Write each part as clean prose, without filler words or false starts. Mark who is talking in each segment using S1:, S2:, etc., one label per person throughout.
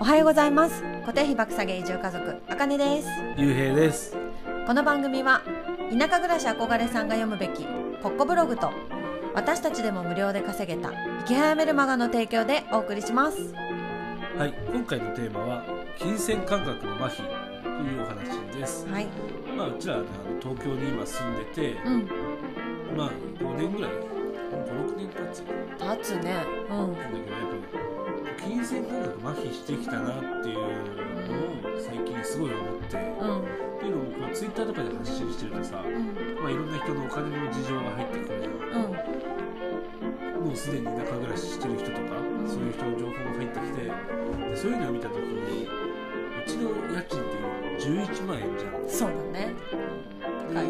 S1: はようございます。固定費爆下げ移住家族あかねです。
S2: ゆうへいです。
S1: この番組は田舎暮らし憧れさんが読むべきポッコブログと私たちでも無料で稼げた生き早めるマガの提供でお送りします。
S2: はい、今回のテーマは金銭感覚の麻痺というお話です。
S1: はい。
S2: うちらは、ね、東京に今住んでて、5年ぐらい5、6年経つね。
S1: だけどやっ
S2: ぱ金銭感覚麻痺してきたなっていうのを最近すごい思って、っていうのもツイッターとかで発信してるとさ、いろんな人のお金の事情が入ってくるじゃん。もうすでに田舎暮らししてる人とか、そういう人の情報が入ってきて、でそういうのを見たときにうちの家賃っていうのは11万円じゃん。
S1: そうだね。
S2: で、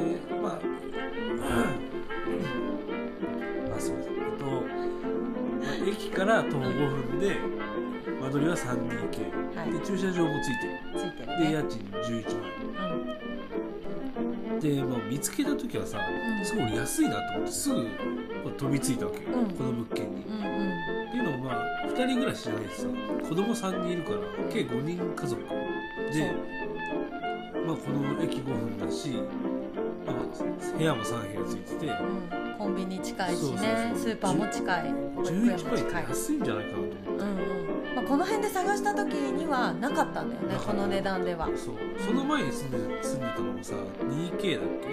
S2: 駅から徒歩5分で間取りは 3DK、で駐車場もついてる、で家賃11万円、で、見つけた時はさ、すごい安いなと思ってすぐ飛びついたわけよ、この物件に、っていうのも2人暮らしじゃないですよ。子供3人いるから計5人家族で、この駅5分だし、部屋も3部屋ついてて、
S1: コンビニ近いしね、スーパーも近い、
S2: 11万円って安いんじゃないかなと思って、
S1: この辺で探した時にはなかったんだよね、この値段では。
S2: その前に住んでたのもさ 2K だっけ、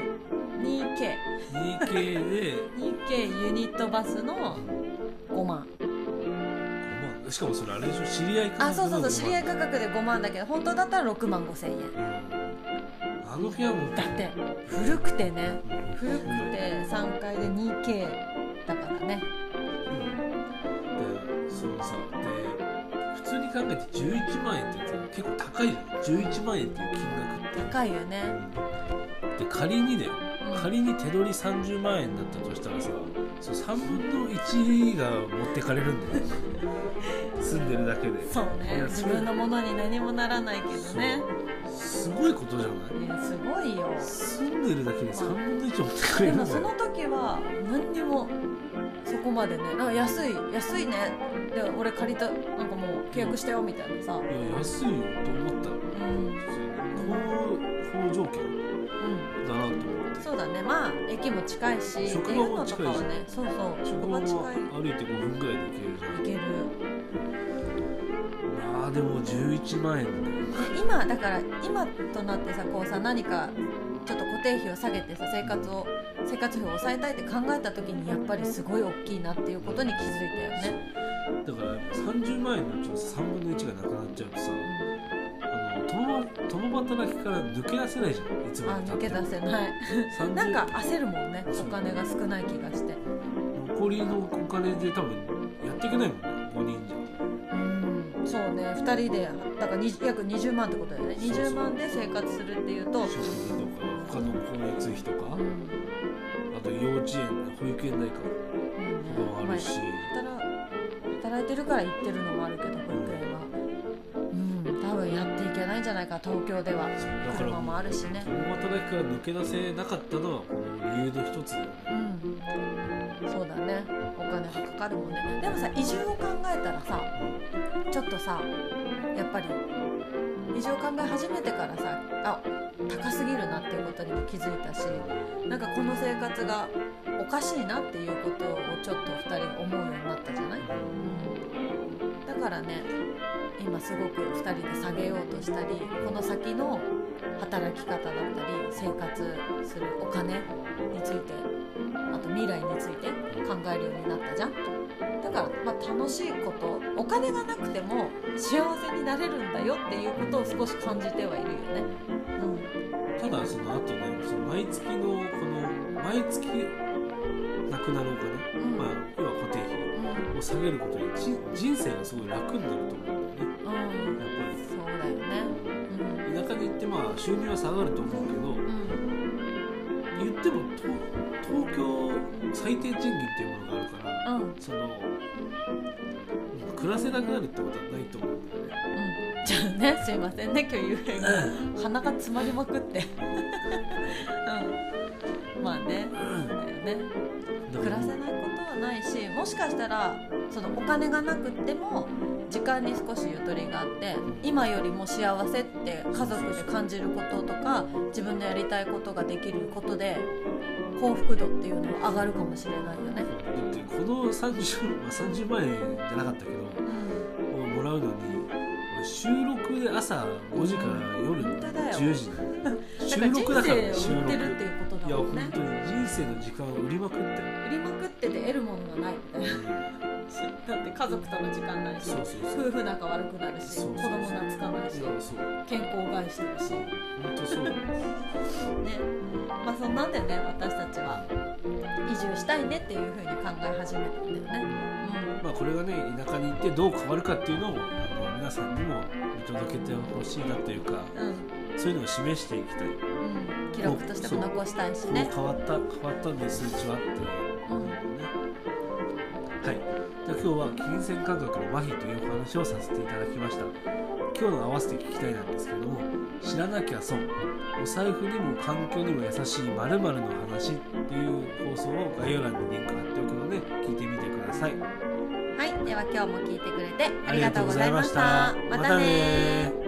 S2: 2K で
S1: 2K ユニットバスの5万、
S2: しかもそれあれでしょ、知り合い価格の5万。
S1: 知り合い価格で5万だけど本当だったら6万5千円、
S2: あの部屋も
S1: だって古くて3階で 2K だからね。
S2: で普通に考えて11万円って結構高いじゃん。11万円っていう金額って
S1: 高いよね。
S2: で仮に手取り30万円だったとしたらさ、3分の1が持ってかれるんだよ住んでるだけで。
S1: そうね、自分のものに何もならないけどね。
S2: すごいことじゃない？
S1: いや、すごいよ。
S2: 住んでるだけで3分の1持ってかれるんだよ。
S1: でもその時は何にもそこまでね、安いね、で俺借りた、なんかもう契約したよみたいなさ、
S2: いや安いよと思ったら、好条件だなと思って。
S1: そうだね、駅も近いし、
S2: 職場も近いし、
S1: 職場近い、
S2: 歩いて5分ぐらいで行けるじゃん。
S1: 行ける。
S2: でも11万円
S1: だだから今となってさ、何かちょっと固定費を下げてさ、生活費を抑えたいって考えた時にやっぱりすごい大きいなっていうことに気づいたよね。
S2: だから30万円のうちの3分の1がなくなっちゃうとさ、共働きから抜け出せないじゃん、いつまで
S1: 抜け出せないなんか焦るもんね、お金が少ない気がして。
S2: 残りのお金で多分やっていけないもんね、5人じゃ。
S1: そうね、2人でだから約20万ってことだよね。20万で生活するっていうと、
S2: 食費とか他の光熱費とか、あと幼稚園保育園代かもあるし、
S1: 働いてるから行ってるのもあるけど、保育園は多分やっていけないんじゃないか、東京では。車もあるしね。
S2: 共働きから抜け出せなかったのはこの理由の一つだよね。
S1: そうだね、お金がかかるもんね。でもさ、移住を考えたらさ、ちょっとさ、やっぱり移住を考え始めてからさ、高すぎるなっていうことにも気づいたし、なんかこの生活がおかしいなっていうことをちょっと2人が思うようになったじゃない。だからね、今すごく2人で下げようとしたり、この先の働き方だったり生活するお金について、あと未来について考えるようになったじゃん。だから楽しいこと、お金がなくても幸せになれるんだよっていうことを少し感じてはいるよね。
S2: ただあとね、毎月の毎月なくなるお金、要は固定費を下げることで人生がすごい楽になると思うんだよね。やっぱり
S1: そうだよね。
S2: 田舎に行って収入は下がると思うけど、言っても東京最低賃金っていうものがあるから、暮らせなくなるってことはないと思うんだよね。
S1: じゃあね、すいませんね、今日ゆうへいが鼻が詰まりまくってまあね、だよね。暮らせないことはないし、もしかしたらそのお金がなくっても時間に少しゆとりがあって、今よりも幸せって家族で感じることとか、自分のやりたいことができることで幸福度っていうのは上がるかもしれないよね。
S2: だってこの30万円じゃなかったけど、もらうのに収録で朝5時から夜10時収録だからね。
S1: 人生を売ってるっていうことだもんね。
S2: いや本当に人生の時間を売りまくって
S1: 売りまくってて得るものがないみたいなだって家族との時間ないし、夫婦仲悪くなるし、子供懐かないし、健康を害してるし、
S2: 本当そうね。
S1: まあそんなんでね、私たちは移住したいねっていう風に考え始めたんだよね。
S2: まあこれがね、田舎に行ってどう変わるかっていうのを皆さんにも見届けてほしいなというか、そういうのを示していきたい、
S1: 記録としても残したいしね。
S2: 変わったんですうちはっていうのね。はい。じゃあ今日は金銭感覚の麻痺というお話をさせていただきました。今日の合わせて聞きたいなんですけれども、知らなきゃ損、お財布にも環境にも優しい〇〇の話っていう放送を概要欄にリンク貼っておくので聞いてみてください。
S1: はい、では今日も聞いてくれてありがとうございました。またね。